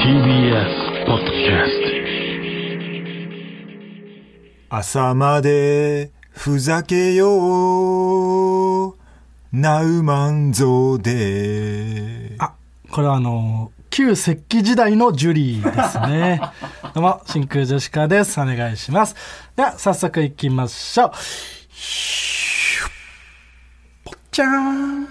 TBS ポッドキャスト朝までふざけようナウマンゾで。 これは旧石器時代のジュリーですね。どうも真空ジェシカです。お願いします。では早速いきましょう。ぽっちゃーん。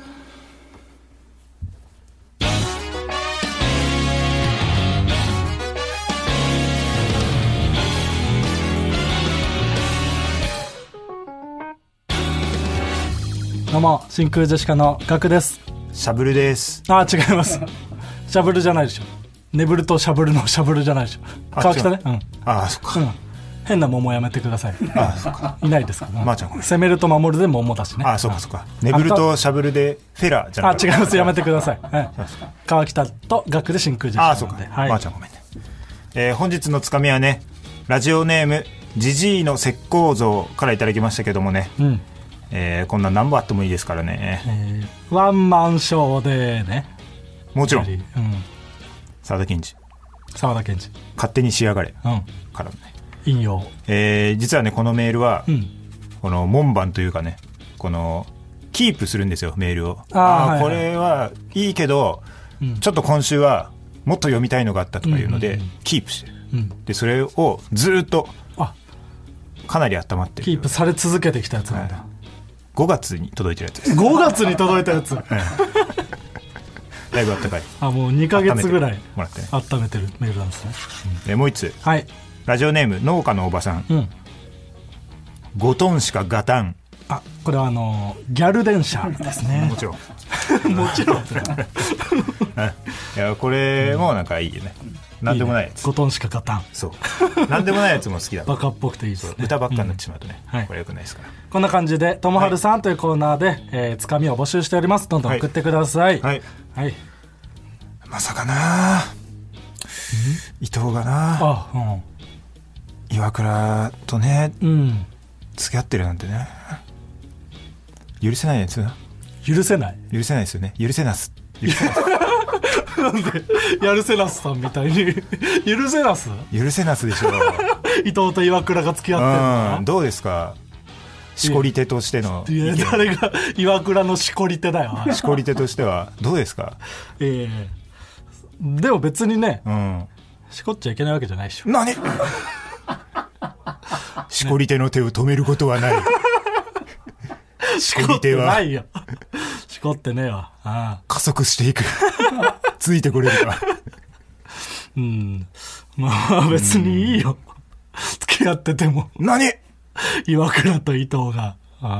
どうも真空ジェシカのガクです。 シャブルです。 違います。シャブルじゃないでしょ。ネブルとシャブルのシャブルじゃないでしょ。川北ね。 そっか、 変な桃やめてください。 そっか。 いないですから、 まーちゃんこれ攻めると守るで桃だしね。 そっかそっか。ネブルとシャブルでフェラーじゃなくて。 違います。やめてください。川北とガクで真空ジェシカなので。 そうか。まーちゃんごめんね。本日のつかみはね、ラジオネームジジイの石膏像からいただきましたけどもね、こんな何本あってもいいですからね、 ワンマンショーでね、 もちろん、沢田研二勝手にしやがれ、からね、 引用、 実はねこのメールは、この門番というかね、このキープするんですよメールを。これはいいけど、ちょっと今週はもっと読みたいのがあったとかいうので、キープしてる、でそれをずっとかなり温まってる、 キープされ続けてきたやつなんだ。 5月に届いてるやつです。 5月に届いたやつ、 だいぶあったかい。 もう2ヶ月ぐらいもらってね、 温めてるメールなんですね。 でもう一つ、ラジオネーム農家のおばさん、5トンしかガタン。 これはギャル電車ですね。 もちろんもちろんいやこれもなんかいいよね、なんでもないやつ。 5トンしかガタン。 そうなんでもないやつも好きだバカっぽくていいですね。 歌ばっかになってしまうとね、これよくないですから。 こんな感じでともはるさんというコーナーで、つかみを募集しております。どんどん送ってください。 まさかな、伊藤がな、岩倉とね、付き合ってるなんてね、許せないやつ。 許せないですよね。許せなすなんでやるせなすさんみたいに許せなすでしょ伊藤と岩倉が付き合ってるの、 どうですか、しこり手としての。 誰が岩倉のしこり手だよ。 しこり手としてはどうですか。 でも別にね、しこっちゃいけないわけじゃないでしょ。 何しこり手の手を止めることはない。しこり手はないよ。しこってねえわ。 加速していく。ついてこれるか。 まあ別にいいよ。付き合ってても。 何？ 岩倉と伊藤が。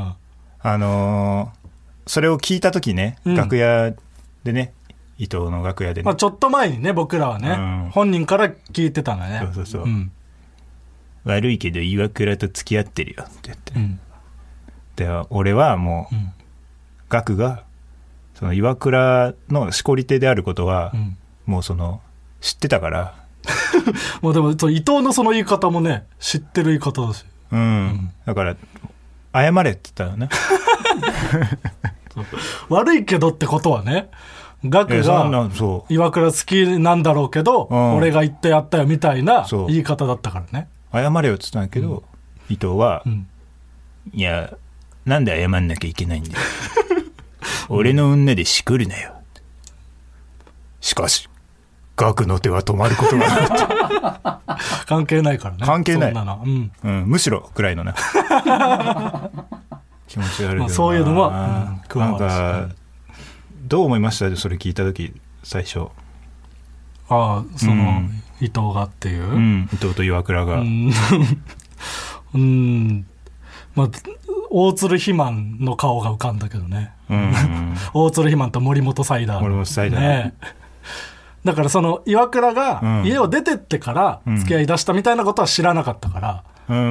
それを聞いた時ね、楽屋でね、伊藤の楽屋でね、 ちょっと前にね、僕らはね、本人から聞いてたのね。 そう、悪いけど岩倉と付き合ってるよって言って、で俺はもう、ガクがその岩倉のしこり手であることは、もう知ってたからもうでも伊藤のその言い方もね、知ってる言い方だし、 だから謝れって言ったよね。 悪いけどってことはね、ガクが岩倉好きなんだろうけど、俺が言ってやったよみたいな言い方だったからね。 謝れよって言ったんだけど、伊藤は、いやなんで謝んなきゃいけないんだよ。俺の女でしくるなよ。しかしガクの手は止まることがない。 関係ないからね。 関係ない。 そんなの、 むしろくらいのな気持ち悪いけど、 そういうのも、加わるし。 なんかどう思いました？それ聞いた時最初。 伊藤がっていう、 伊藤と岩倉が、 大鶴肥満の顔が浮かんだけどね。大鶴肥満と森本サイダー、ね、だから岩倉が家を出てってから付き合い出したみたいなことは知らなかったから、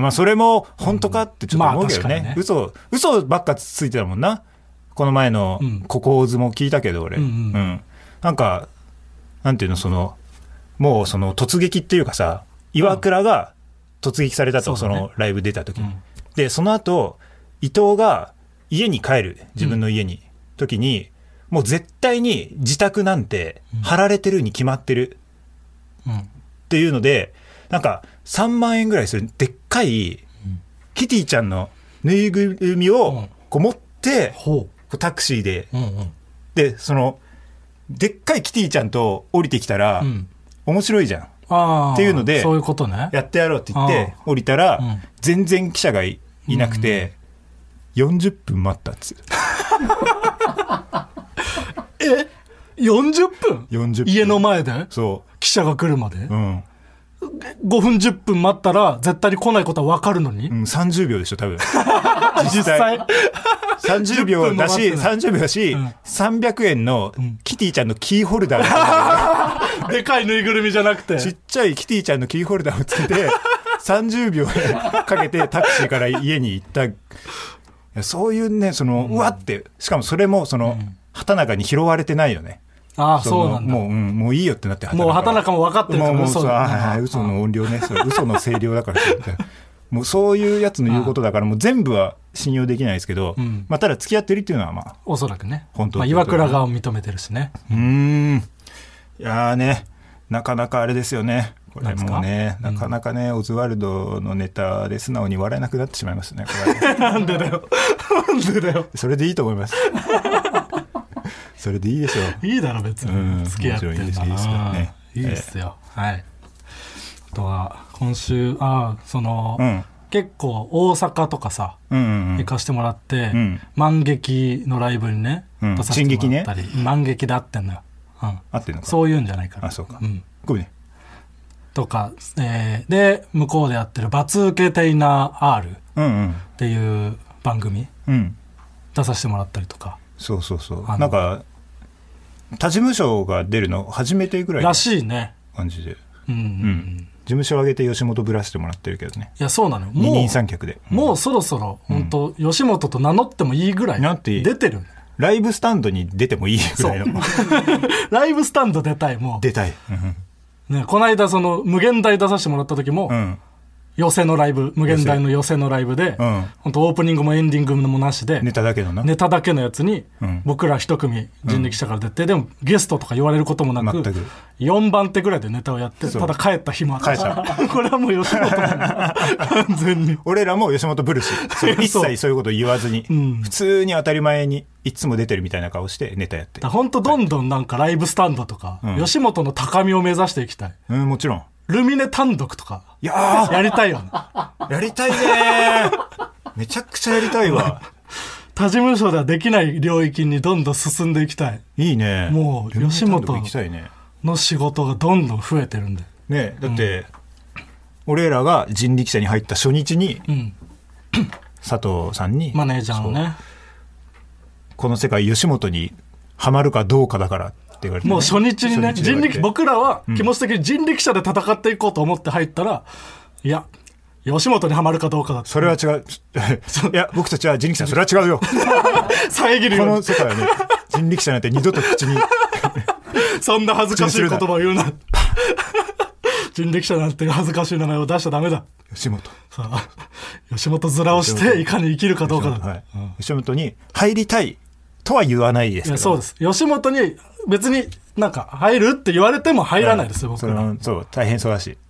それも本当かってちょっと思うけどね。嘘ばっかついてたもんな。この前のココーズも聞いたけど俺、なんかなんていうの、もう突撃っていうかさ、岩倉が突撃されたと、そのライブ出た時に、でその後伊藤が家に帰る、自分の家に、時にもう絶対に自宅なんて貼られてるに決まってるっていうので、なんか3万円ぐらいするでっかいキティちゃんのぬいぐるみをこう持って、こうタクシーで、でそのでっかいキティちゃんと降りてきたら、面白いじゃんっていうので、 そういうことね、 やってやろうって言って降りたら、全然記者がいなくて、40分待ったっつ 40分 40分家の前でそう記者が来るまで、 うん、 5分10分待ったら絶対に来ないことは分かるのに、 30秒でしょ多分実際 30秒だし30秒だし、300円のキティちゃんのキーホルダーでかいぬいぐるみじゃなくてちっちゃいキティちゃんのキーホルダーをつけて30秒かけてタクシーから家に行った。そういうねその、うわってしかもそれもその、畑中に拾われてないよね。 そうなんだ。 もういいよってなってもう畑中も分かってるからもう嘘の音量ね嘘の声量だからもうそういうやつの言うことだからもう全部は信用できないですけど、まあ、ただ付き合ってるっていうのはまあおそらくね本当、 岩倉側を認めてるしね。 いやねなかなかあれですよねこれもうねなかなかね、オズワルドのネタで素直に笑えなくなってしまいますねこれなんでだよそれでいいと思いますそれでいいでしょう。 いいだろ別に、付き合ってんだな。いいですからね。いいですよ、はい。あとは今週その、結構大阪とかさ、行かしてもらって、満劇のライブにね、出させてもらったり、満劇で合ってんのよ、 合ってんのかそういうんじゃないから。 そうか、ごめんねとか、で向こうでやってるバツ受けテイナー R っていう番組、出させてもらったりとか。 そうなんか他事務所が出るの初めてぐらいらしいね感じで、事務所を上げて吉本ぶらしてもらってるけどね。 いやそうなのよ。 二人三脚でもうそろそろ本当、吉本と名乗ってもいいぐらい出てる。 ライブスタンドに出てもいいぐらいのライブスタンド出たい。もう出たい、 ね、この間その無限大出させてもらった時も、寄せのライブ、無限大の寄せのライブで、本当オープニングもエンディングもなしでネタだけのやつに、僕ら一組人力車から出て、でもゲストとか言われることもなく4番手ぐらいでネタをやって、ただ帰った日もあったこれはもう吉本完全に俺らも吉本ブルし一切そういうこと言わずに、普通に当たり前にいつも出てるみたいな顔してネタやって、 本当どんどんなんかライブスタンドとか、吉本の高みを目指していきたい。 もちろんルミネ単独とかやりたいよね。 やりたいねめちゃくちゃやりたいわ他事務所ではできない領域にどんどん進んでいきたい。 いいね。 もう吉本の仕事がどんどん増えてるんでね。だって、俺らが人力車に入った初日に、佐藤さんにマネージャーのね、 この世界吉本にハマるかどうかだからって言われて、 もう初日にね、僕らは気持ち的に人力車で戦っていこうと思って入ったら、いや吉本にはまるかどうかだって。 それは違ういや僕たちは人力車、それは違うよ遮るよ。 この世界はね、人力車なんて二度と口にそんな恥ずかしい言葉を言うな人力車なんて恥ずかしい名前を出しちゃダメだ。 吉本さあ吉本面をしていかに生きるかどうかだ。 吉本に入りたいとは言わないですけど。いやそうです。吉本に別になんか入るって言われても入らないですよ、僕ら。 そう大変そうだし、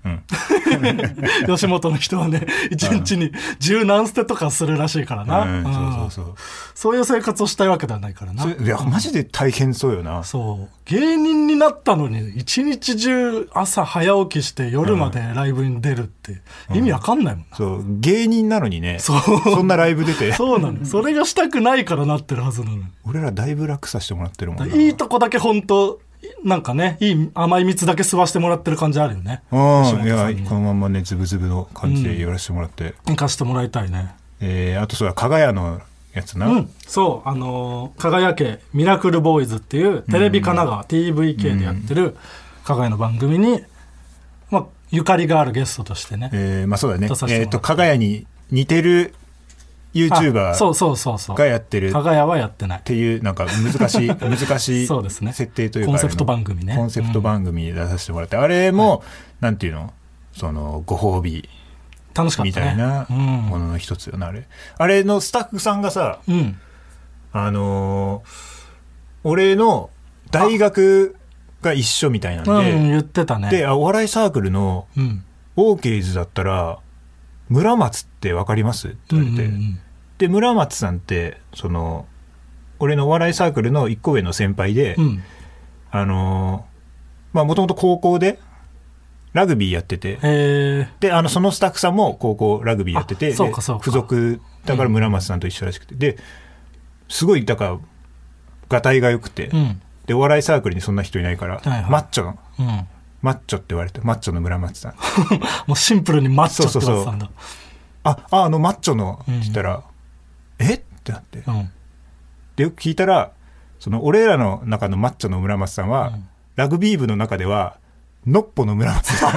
吉本の人はね、一日に十何捨てとかするらしいからな。そういう生活をしたいわけではないからな。 いやマジで大変そうよな。 そう芸人になったのに一日中朝早起きして夜までライブに出るって意味わかんないもんな。 そう芸人なのにね、そんなライブ出てそうなの。それがしたくないからなってるはずなの。 俺らだいぶ楽させてもらってるもんな。 いいとこだけ本当なんかね、いい甘い蜜だけ吸わしてもらってる感じあるよね。 いやこのままねズブズブの感じでやらせてもらって、 行かせてもらいたいね。 あとそうだ加賀屋のやつな、 そう加賀屋家ミラクルボーイズっていうテレビ神奈川 TVK でやってる加賀屋の番組に、ゆかりがあるゲストとしてね、 そうだね、加賀屋に似てるYouTuber がやってる。 加賀屋はやってないっていうなんか難しいそうですね、 設定というかコンセプト番組ね。 コンセプト番組に出させてもらって、あれもなんていうの、そのご褒美楽しかったねみたいなものの一つよな。あれのスタッフさんがさ、俺の大学が一緒みたいなんで、 言ってたね。 でお笑いサークルのオーケーズだったら村松って分かりますって言われて、で村松さんってその俺のお笑いサークルの1個上の先輩で、もともと高校でラグビーやってて、でそのスタッフさんも高校ラグビーやってて、付属だから村松さんと一緒らしくて、ですごいだからがたいが良くて、でお笑いサークルにそんな人いないから、マッチョの、マッチョって言われて、マッチョの村松さんもうシンプルにマッチョって言われてたんだ。 マッチョのって言ったら、えってなって、でよく聞いたら、その俺らの中のマッチョの村松さんは、ラグビー部の中ではのっぽの村松さん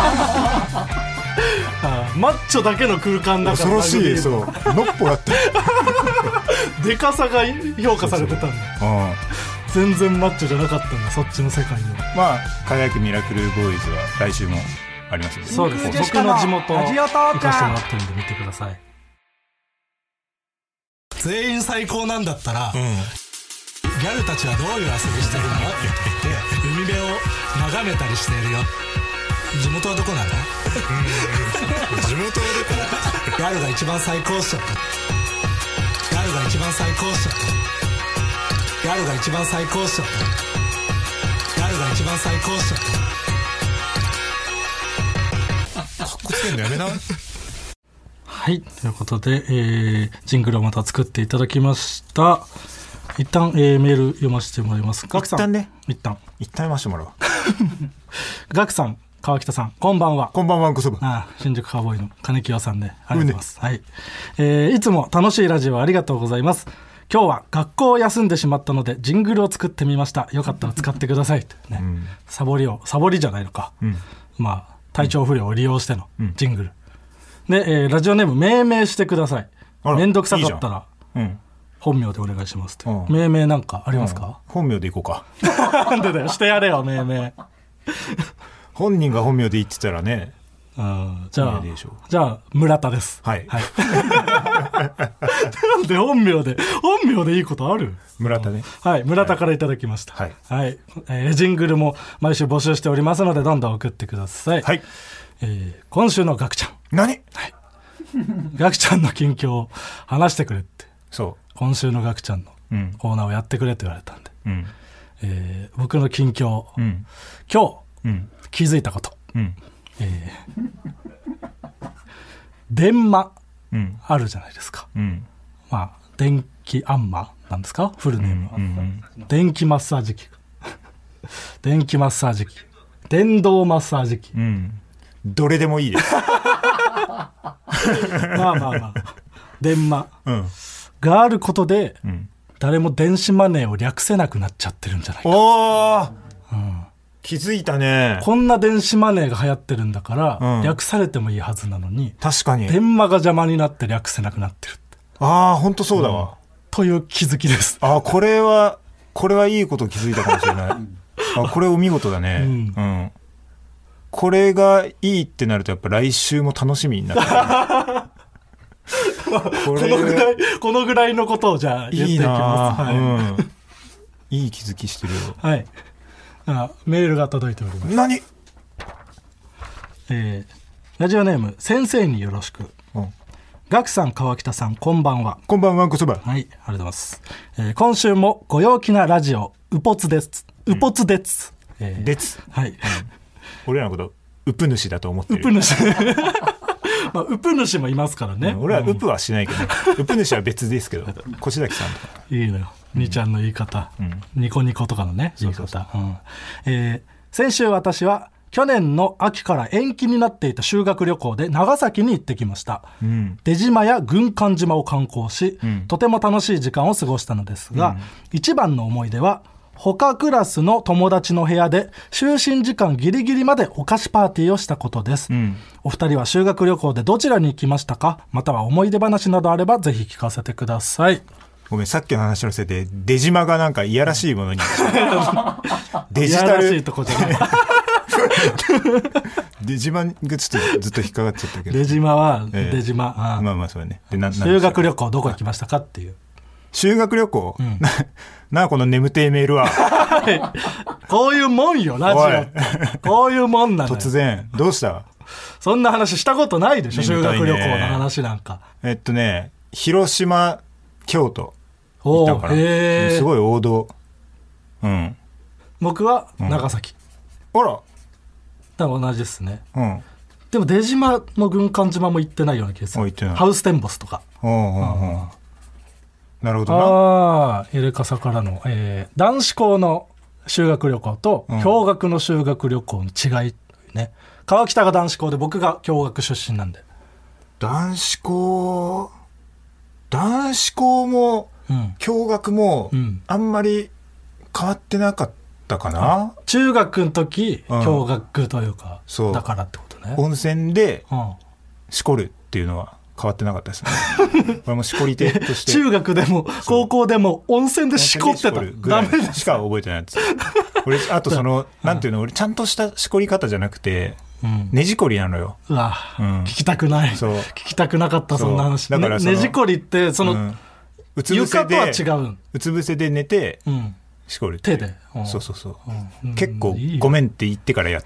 マッチョだけの空間だから恐ろしい。そうのっぽだったでかさが評価されてたんだ。全然マッチョじゃなかったんだ、そっちの世界には。 輝くミラクルボーイズは来週もありますよね。 そうです。僕の地元行かせてもらってるんで見てください。全員最高なんだったら、ギャルたちはどういう遊びしてるのって言って海辺を眺めたりしているよ。地元はどこなの？ 地元はどこ？ ギャルが一番最高っしょ。ギャルが一番最高っしょ。ギャルが一番最高っしょ。ギャルが一番最高っしょ。 かっこつけんのやめな。 はい、ということで、ジングルをまた作っていただきました。一旦、メール読ませてもらいます。ガクさん。 一旦ね。 一旦読ませてもらおう。 ガクさん、川北さん、こんばんは。 こんばんは、こそば。 新宿カーボーイの金清さんで、ありがとうございます。はい。いつも楽しいラジオありがとうございます。今日は学校を休んでしまったのでジングルを作ってみました。よかったら使ってくださいと、ね、サボりじゃないのか、体調不良を利用してのジングル、で、ラジオネーム命名してください。めんどくさかったら本名でお願いしますって。命名なんかありますか？ 本名でいこうか。 なんでだよ、してやれよ命名。 本人が本名で言ってたらね。 じゃあ村田です。はい。なんで本名でいいことある？ 村田ね。 はい、村田からいただきました。はい。はい。ジングルも毎週募集しておりますのでどんどん送ってください。はい。今週のガクちゃん。 何？はい。 ガクちゃんの近況を話してくれって。 そう。 今週のガクちゃんのコーナーをやってくれって言われたんで。僕の近況。今日気づいたこと。電マあるじゃないですか、電気アンマなんですか、フルネームは、電気マッサージ機電気マッサージ機、電動マッサージ機、 どれでもいいです電マ、があることで、誰も電子マネーを略せなくなっちゃってるんじゃないか。 気づいたね。 こんな電子マネーが流行ってるんだから、略されてもいいはずなのに、 確かに電マが邪魔になって略せなくなってるって。 本当そうだわ、 という気づきです。 これはいいこと気づいたかもしれないこれお見事だね。これがいいってなるとやっぱ来週も楽しみになってこのぐらいのことをじゃあ言っていきます。 いい気づきしてるよ。 はい。メールが届いております。 何？ ラジオネーム先生によろしく。ガクさん、川北さん、こんばんは。 こんばんは、こそば。 はい、ありがとうございます。今週もご陽気なラジオうぽつです。うぽつです。 です。 はい。 俺らのことうぷ主だと思ってる。 うぷ主。うぷ主もいますからね。 俺はうぷはしないけど、うぷ主は別ですけど、越崎さんとか。 いいのよ。にちゃんの言い方、ニコニコとかのね言い方。先週私は去年の秋から延期になっていた修学旅行で長崎に行ってきました、出島や軍艦島を観光し、とても楽しい時間を過ごしたのですが、一番の思い出は他クラスの友達の部屋で就寝時間ギリギリまでお菓子パーティーをしたことです、お二人は修学旅行でどちらに行きましたか？または思い出話などあればぜひ聞かせてください。 ごめん、さっきの話のせいで出島がなんかいやらしいものにデジタルいやらしいとこじゃない出島がちょっとずっと引っかかっちゃったけど、 出島は出島、 まあそうね。 修学旅行どこ行きましたかっていう。 修学旅行、なあこの眠てえメールはこういうもんよラジオってこういうもんなのよ。 突然どうした？ そんな話したことないでしょ、修学旅行の話なんか。 広島京都行ったから、すごい王道。 僕は長崎、 あら同じですね。でも出島も軍艦島も行ってないような気がする。ハウステンボスとか。 なるほどな。 エレカサからの、男子校の修学旅行と共学の修学旅行の違いね。川北が男子校で僕が共学出身なんで。 男子校も、共学もあんまり変わってなかったかな。 中学の時、共学というかだからってことね。 温泉でしこるっていうのは変わってなかったですね。俺もしこり手として中学でも高校でも温泉でしこってた。ダメですしか覚えてないです。俺あとなんていうの、俺ちゃんとしたしこり方じゃなくて、ねじこりなのよ。 うわ、聞きたくない。聞きたくなかった、そんな話。だからねじこりって床とは違う。 うつ伏せで寝てしこる。 手で。 そう結構ごめんって言ってからやった。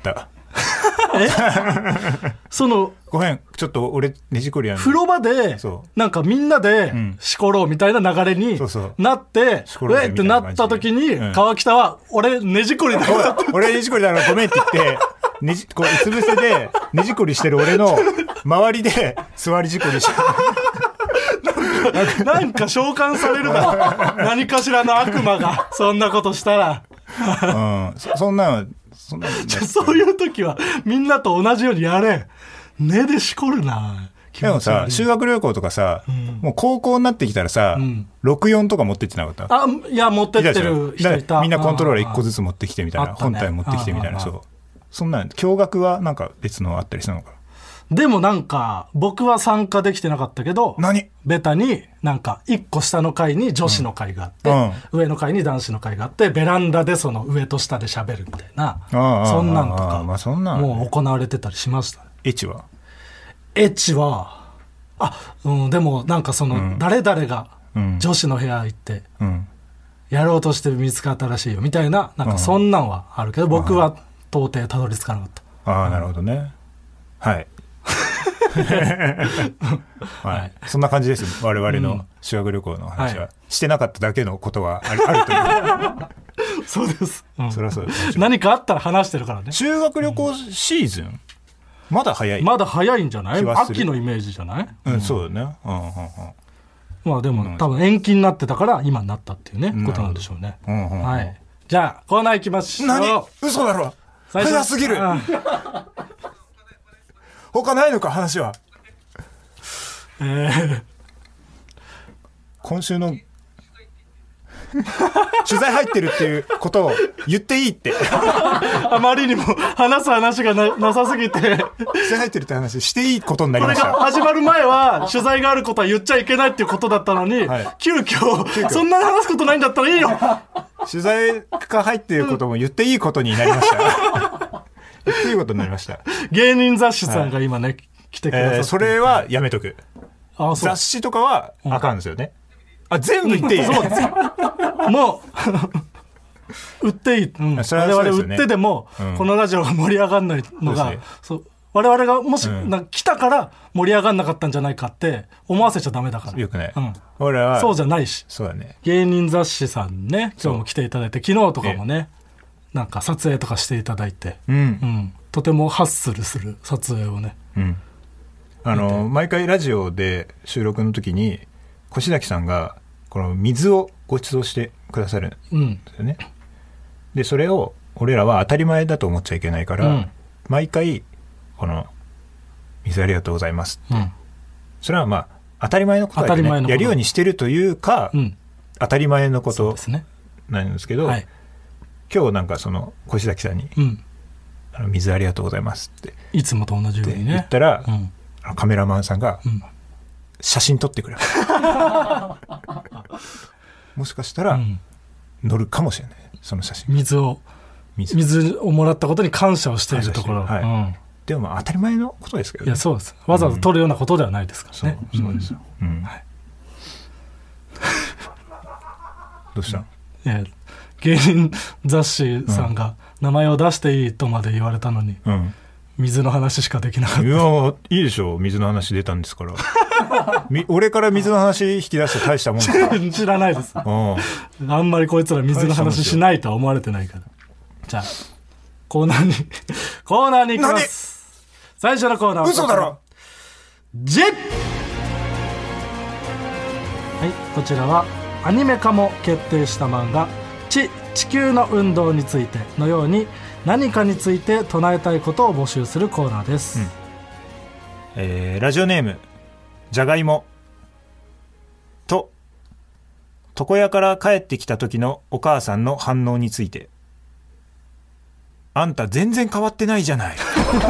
ごめんちょっと俺ねじこりやん。 風呂場でなんかみんなでしころうみたいな流れになってってなった時に川北は俺ねじこりだから俺ねじこりだからごめんって言ってうつ伏せでねじこりしてる俺の周りで座りじこりしてなんか召喚されるだろ。何かしらの悪魔がそんなことしたらそんなのそういう時はみんなと同じようにやれ。根でしこるな。 でもさ、修学旅行とかさ、もう高校になってきたらさ、64とか持ってってなかった？ いや持ってってる人いた。 みんなコントローラー1個ずつ持ってきてみたいな、本体持ってきてみたいな。そんな共学はなんか別のあったりしたのかな。 でもなんか僕は参加できてなかったけど、ベタになんか1個下の階に女子の階があって、上の階に男子の階があって、ベランダでその上と下で喋るみたいな、そんなんとかもう行われてたりしました。 エチはでもなんか誰々が女子の部屋行ってやろうとして見つかったらしいよみたいな、なんかそんなんはあるけど、僕は到底たどり着かなかった。 なるほどね。はいはい、そんな感じです。我々の修学旅行の話は、してなかっただけのことはあるというそうです、 そりゃそうです。 何かあったら話してるからね。 修学旅行シーズンまだ早いんじゃない？秋のイメージじゃない？ そうだね。 まあでも多分延期になってたから今になったっていうね、ことなんでしょうね。はい。じゃあコーナー行きましょう。 何？嘘だろ。早すぎる。他ないのか話は。今週の取材入ってるっていうことを言っていいってあまりにも話す話が なさすぎて取材入ってるって話していいことになりました。 これが始まる前は取材があることは言っちゃいけないっていうことだったのに、急遽そんな話すことないんだったらいいよ。 取材が入ってることも言っていいことになりました言っていいことになりました。 芸人雑誌さんが今ね、来てくださって、 それはやめとく。雑誌とかはあかんですよね。全部言っていい。そうですもう売っていい、我々売ってでも、このラジオが盛り上がらないのが、我々がもし、来たから盛り上がんなかったんじゃないかって思わせちゃダメだから。 よくない、俺はそうじゃないし。 そうだね。 芸人雑誌さんね、今日も来ていただいて、昨日とかもね、なんか撮影とかしていただいて、とてもハッスルする撮影をね、 毎回ラジオで収録の時に越崎さんがこの水をご馳走してくださるんですよね。でそれを俺らは当たり前だと思っちゃいけないから、毎回この水ありがとうございますって、それはまあ当たり前のことだけね、やるようにしてるというか、当たり前のことなんですけど、今日なんかその越崎さんに、水ありがとうございますっていつもと同じようにね言ったら、カメラマンさんが写真撮ってくれる、もしかしたら乗るかもしれない、その写真。 水をもらったことに感謝をしているところ、 でもまあ当たり前のことですけどね。 いやそうです、わざわざ撮るようなことではないですからね。 そうですよ、 どうしたの？ 芸人雑誌さんが名前を出していいとまで言われたのに、水の話しかできなかった。いや、いいでしょ、水の話出たんですから俺から水の話引き出して大したもんだ知らないです。あんまりこいつら水の話しないとは思われてないから。じゃあコーナーに行きます。最初のコーナーは嘘だろ。 ジップ。はい、こちらはアニメ化も決定した漫画地球の運動についてのように何かについて唱えたいことを募集するコーナーです。 ラジオネームじゃがいもと床屋から帰ってきた時のお母さんの反応について。あんた全然変わってないじゃない。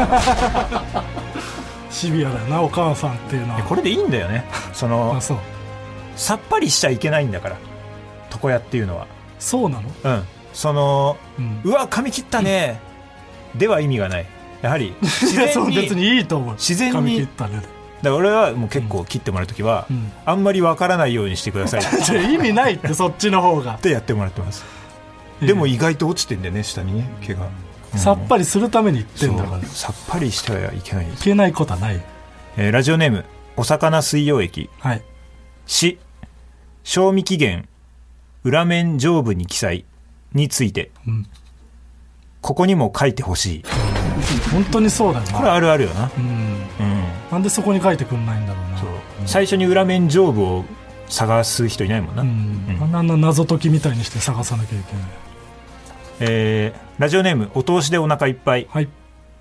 シビアだよな、お母さんっていうのは。 これでいいんだよね。そうさっぱりしちゃいけないんだから、床屋っていうのは。 そうなの？ うわ髪切ったね、では意味がない。やはり自然に別にいいと思う。 自然に髪切ったね。 だから俺はもう結構切ってもらうときは、あんまりわからないようにしてください意味ないってそっちの方がってやってもらってます。でも意外と落ちてんだよね、下にね、毛が。 さっぱりするために言ってんだから。 さっぱりしてはいけない。 いけないことはない。 ラジオネームお魚水溶液。 はい。 賞味期限裏面上部に記載について、ここにも書いてほしい。 本当にそうだよな。 これあるあるよな。 なんでそこに書いてくんないんだろうな。 最初に裏面上部を探す人いないもんな。 あんな謎解きみたいにして探さなきゃいけない。 ラジオネームお通しでお腹いっぱい。 はい。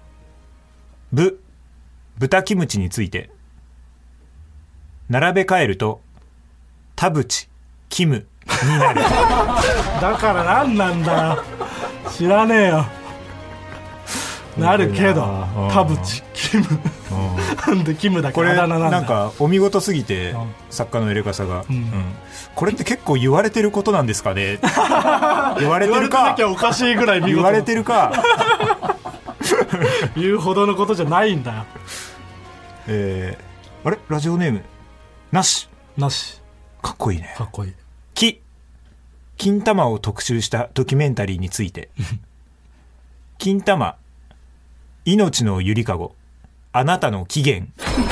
豚キムチについて、並べ替えると田淵キムになる。 だから何なんだよ、知らねえよ。なるけど田淵キムなんでキムだけあだ名なんだ。 なんかお見事すぎて、作家のエレカサが、これって結構言われてることなんですかね。言われてるか、 言われてなきゃおかしいぐらい見事。 言われてるか言うほどのことじゃないんだよ。 あれラジオネームなしかっこいいね。 かっこいい。 金玉を特集したドキュメンタリーについて。金玉命のゆりかご、あなたの起源。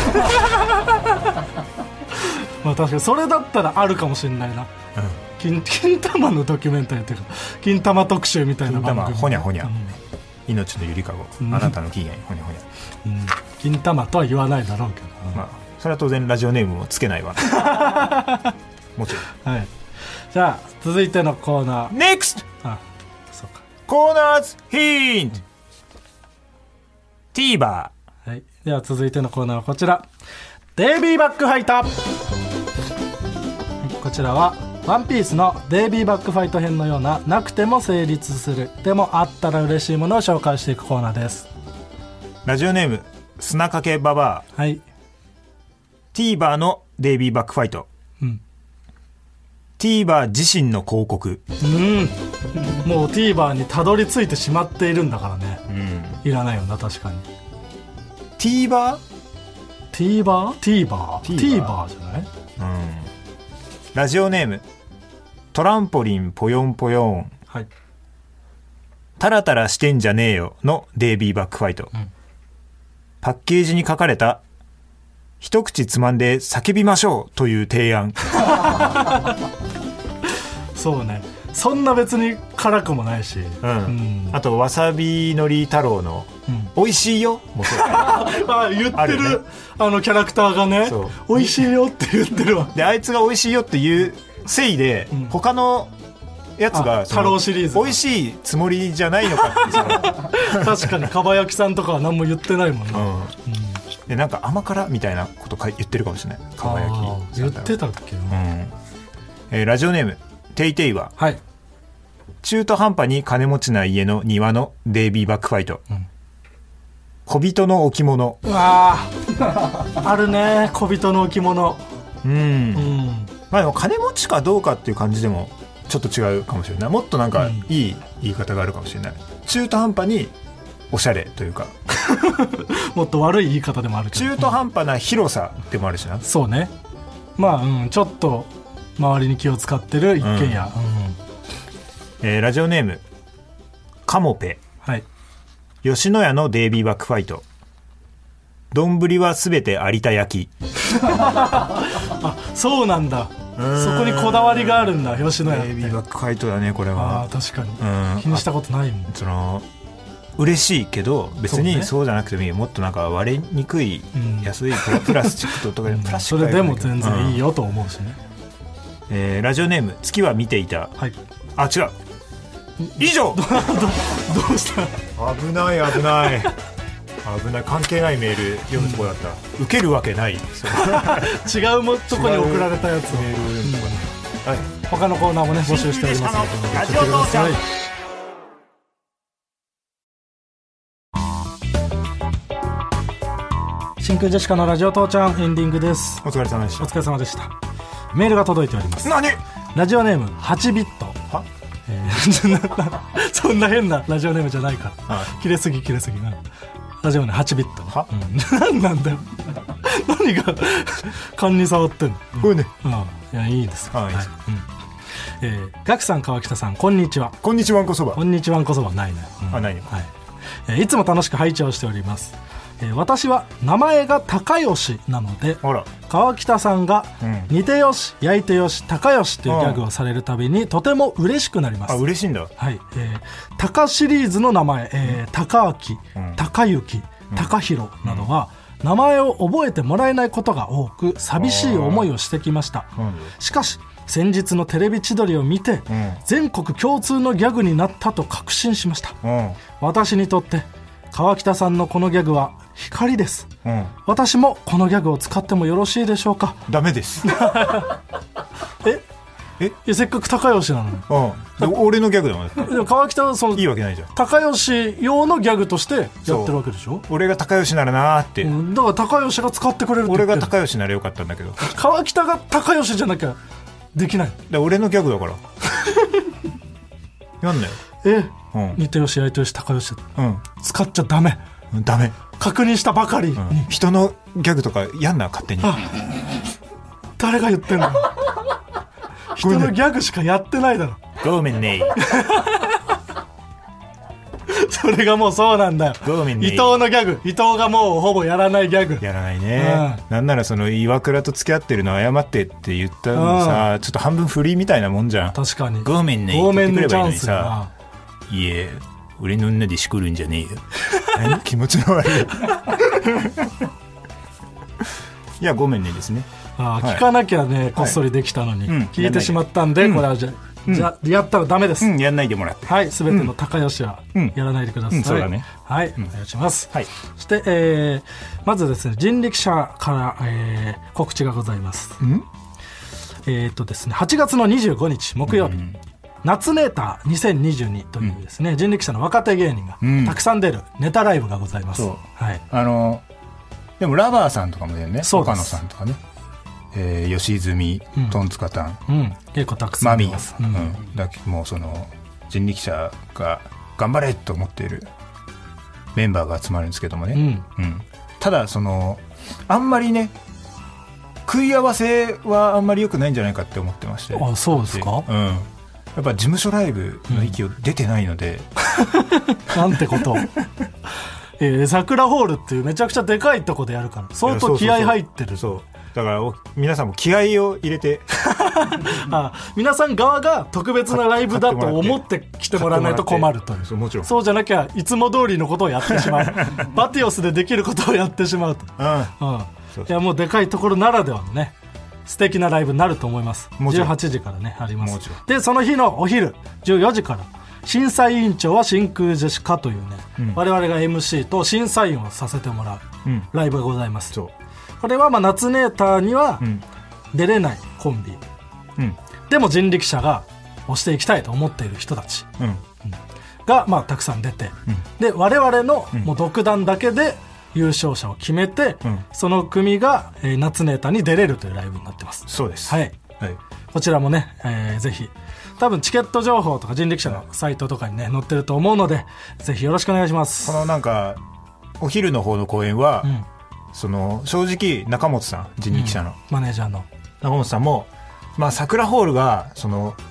まあ確かにそれだったらあるかもしれないな。金玉のドキュメンタリーっていうか金玉特集みたいな番組。 金玉ほにゃほにゃ、命のゆりかご、あなたの起源ほにゃほにゃ。 金玉とは言わないだろうけど、 まあそれは当然ラジオネームもつけないわ。もちろん。 はい。じゃあ続いてのコーナー。 NEXT。 そうか。 コーナーズヒント。TVer。 はい。では続いてのコーナーはこちら。デイビーバックファイター。こちらはワンピースのデイビーバックファイト編のようななくても成立する、でもあったら嬉しいものを紹介していくコーナーです。 ラジオネーム砂かけババア。 はい。 TVer のデイビーバックファイト。TVer 自身の広告。 もう TVer にたどり着いてしまっているんだからね。いらないよな、確かに。 TVer じゃない？ ラジオネームトランポリンポヨンポヨン。 はい。 タラタラしてんじゃねえよのデイビーバックファイト。パッケージに書かれた一口つまんで叫びましょうという提案。 そうね、そんな別に辛くもないし、 あとわさびのり太郎の美味しいよもそう言ってる、ね、キャラクターがね、美味しいよって言ってるわ。 であいつが美味しいよっていうせいで、他のやつが太郎シリーズ美味しいつもりじゃないのかって確かにかば焼きさんとかは何も言ってないもんね。 でなんか甘辛みたいなこと言ってるかもしれない。かば焼き言ってたっけ。ラジオネームテイテイは、 はい、 中途半端に金持ちな家の庭のデイビーバックファイト。小人の置物。 あるね、小人の置物。 まあでも金持ちかどうかっていう感じでもちょっと違うかもしれない。もっとなんかいい言い方があるかもしれない。中途半端におしゃれというかもっと悪い言い方でもあるけど、 中途半端な広さでもあるしな。 そうね。まあ、ちょっと周りに気を使ってる一軒家。 ラジオネームカモペ、 はい、 吉野家のデイビーバックファイト、丼はすべて有田焼きあ、そうなんだ。そこにこだわりがあるんだ、吉野家って。 デイビーバックファイトだね、これは。 あ、確かに気にしたことないもん。 その嬉しいけど別にそうじゃなくてもいい、もっとなんか割れにくい、安いプラスチックとかプラスチックそれでも全然いいよと思うしね。ラジオネーム月は見ていた、 はい、 あ、違う、以上どうした？ 危ない危ない危ない、関係ないメール読むとこだった、受けるわけない違うとこに送られたやつをメール読むとこだ、はい、他のコーナーもね募集しておりますのでラジオ父ちゃん、 真空ジェシカのラジオ父ちゃんエンディングです。 お疲れ様でした。 お疲れ様でした。メールが届いております。 何？ ラジオネーム8ビット。は？そんな変なラジオネームじゃないから、はい、切れすぎな。ラジオネーム8ビットは、何なんだよ何が勘に触ってんのこれね、 いや、いいです、 はい、 ガクさん、川北さん、こんにちは。 こんにちはんこそば。 こんにちはんこそばないね、 ないね、 はい、いつも楽しく拝聴しております。私は名前が高吉なので、川北さんが煮てよし焼いてよし高吉というギャグをされるたびにとても嬉しくなります。 あ、嬉しいんだ。 はい、高シリーズの名前、高明、高幸、高弘などは名前を覚えてもらえないことが多く寂しい思いをしてきました。しかし先日のテレビ千鳥を見て、全国共通のギャグになったと確信しました。私にとって川北さんのこのギャグは光です、私もこのギャグを使ってもよろしいでしょうか？ ダメですせっかく高吉なのに、 俺のギャグだもん。 でも川北はそのいいわけないじゃん。 高吉用のギャグとしてやってるわけでしょ。 俺が高吉ならなーって、 だから高吉が使ってくれるって言ってる。 俺が高吉ならよかったんだけど川北が高吉じゃなきゃできない。 俺のギャグだからやんなよ。 似てよし焼いてよし高吉、使っちゃダメ。 ダメ、 確認したばかりに、 人のギャグとかやんな、勝手に。 誰が言ってんの人のギャグしかやってないだろ。 ごめんねそれがもうそうなんだよ。 ごめんね。 伊藤のギャグ、伊藤がもうほぼやらないギャグやらないね、なんならその岩倉と付き合ってるの謝ってって言ったのさ、ちょっと半分フリーみたいなもんじゃん。 確かに。 ごめんねごめんねチャンスさ、いえ俺の女でしくるんじゃねえよ気持ちの悪いいやごめんねですね。 聞かなきゃね、こっそりできたのに、聞いてしまったんで、これはじゃあやったらダメです。 やんないでもらって。 はい、すべての高吉はやらないでください。 そうだね。 はい、お願いします。 はい。 そして、まずですね、人力車から、告知がございます。ですね、8月の25日木曜日、夏ネーター2022というですね、人力車の若手芸人がたくさん出るネタライブがございます。はい。 でもラバーさんとかもだよね。 そうです。 岡野さんとかね。吉住、トンツカタン、 結構たくさんいます。 だけどもうその人力車が頑張れと思っているメンバーが集まるんですけどもね、ただそのあんまりね食い合わせはあんまり良くないんじゃないかって思ってまして。 あ、そうですか。 やっぱ事務所ライブの域を出てないので、 なんてこと桜ホールっていうめちゃくちゃでかいとこでやるから相当気合入ってる。 そうだから皆さんも気合を入れて皆さん側が特別なライブだと思って来てもらわないと困るという。 もちろんそうじゃなきゃいつも通りのことをやってしまうバティオスでできることをやってしまうと、いやもうでかいところならではのね素敵なライブになると思います。18時からねあります。でその日のお昼14時から審査委員長は真空ジェシカというね、我々が MC と審査員をさせてもらうライブがございます。これはまあ夏ネーターには出れないコンビ、でも人力車が推していきたいと思っている人たちがまあたくさん出て、で我々のもう独断だけで優勝者を決めて、その組が夏ネーターに出れるというライブになってます。 そうです。 はい。こちらもね、ぜひ多分チケット情報とか人力車のサイトとかにね載ってると思うので、ぜひよろしくお願いします。 このなんかお昼の方の公演は、その正直中本さん人力車の、 マネージャーの中本さんも、まあ、桜ホールがその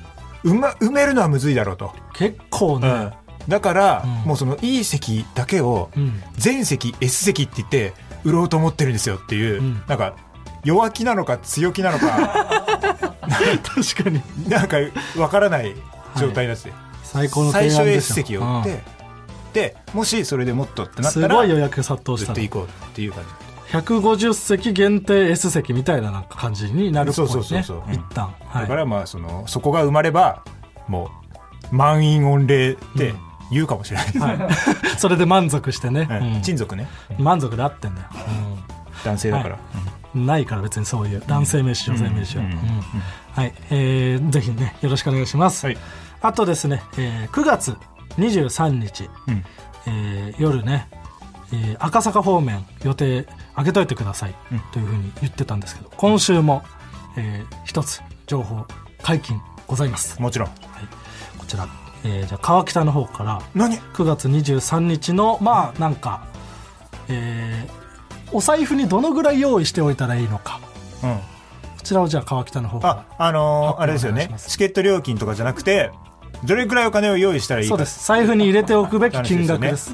埋めるのはむずいだろうと。 結構ね、 だから、もうそのいい席だけを全席 S 席って言って売ろうと思ってるんですよっていう、なんか弱気なのか強気なのか確かになんか分からない状態になってて、 最高の提案ですよ。 最初 S 席を売って、でもしそれでもっとってなったらすごい予約殺到したずっと行こうっていう感じ。 150席限定 S 席みたいななんか感じになるっぽいね。一旦、 だからまあそこが埋まればもう満員御礼って言うかもしれない、 それで満足してね、 親族ね、 満足で合ってんだよ、 男性だから、 ないから別にそういう男性名詞女性名詞は、はい、ぜひねよろしくお願いします、あとですね、9月23日、夜ね、赤坂方面予定開けといてください、というふうに言ってたんですけど、今週も、一つ情報解禁ございます。 もちろん、 こちら、じゃあ川北の方から9月23日のまあなんか、お財布にどのぐらい用意しておいたらいいのか、こちらをじゃあ川北の方から、 あれですよね、チケット料金とかじゃなくてどれぐらいお金を用意したらいいか。 そうです、財布に入れておくべき金額です。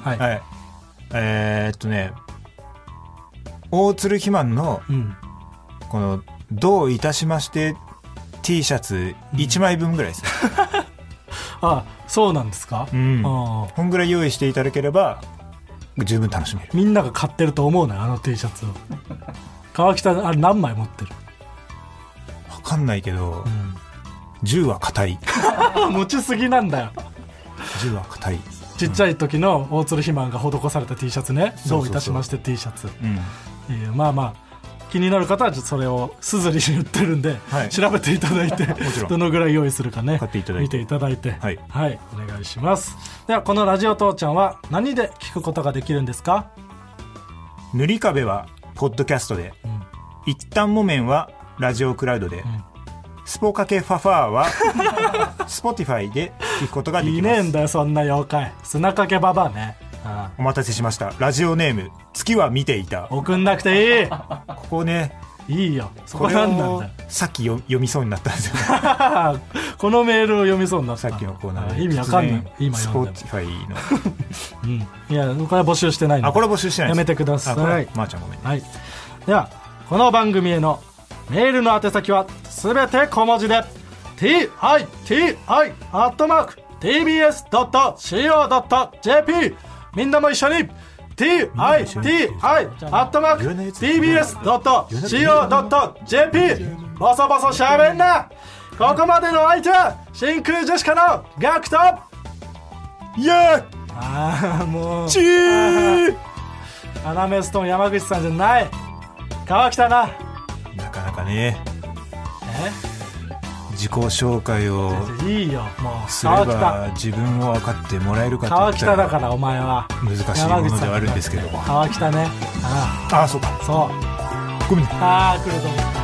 大鶴肥満の、このどういたしまして T シャツ1枚分ぐらいです、 あ、そうなんですか、 こんぐらい用意していただければ十分楽しめる。 みんなが買ってると思うね、あの T シャツを。川北あれ何枚持ってる？ 分かんないけど、10は硬い持ちすぎなんだよ。 10は硬い。 ちっちゃい時の大鶴肥満が施された T シャツね、どういたしまして T シャツ、まあまあ気になる方はそれをすずりに売ってるんで、調べていただいてどのぐらい用意するかね見ていただいて、はい、お願いします。ではこのラジオ父ちゃんは何で聞くことができるんですか？ 塗り壁はポッドキャストで、一旦木綿はラジオクラウドで、スポかけファファーはスポティファイで聞くことができます。 いねえんだよそんな妖怪。砂かけババアね。 お待たせしました。ラジオネーム月は見ていた。 送んなくていい。 ここね、 いいよ。そこなんなんだよ。 さっき読みそうになったんですよこのメールを読みそうになった。 さっきのコーナーで意味わかんない。今読んでもスポティファイのいやこれは募集してないので。 これは募集してないやめてください。 まーちゃんごめんね。 ではこの番組へのメールの宛先はすべて小文字で TITI@tbs.co.jp。 みんなも一緒に TITI@tbs.co.jp。 ボソボソしゃべんな。ここまでの相手は真空ジェシカのガクト。 イエーもうチーアナメストン山口さんじゃない。川北なかなかね、自己紹介をいいよもうすれば自分を分かってもらえるかと川北だからお前は難しいものではあるんですけど。 川北ね。 そうか、 そうごめんね。 来ると思う。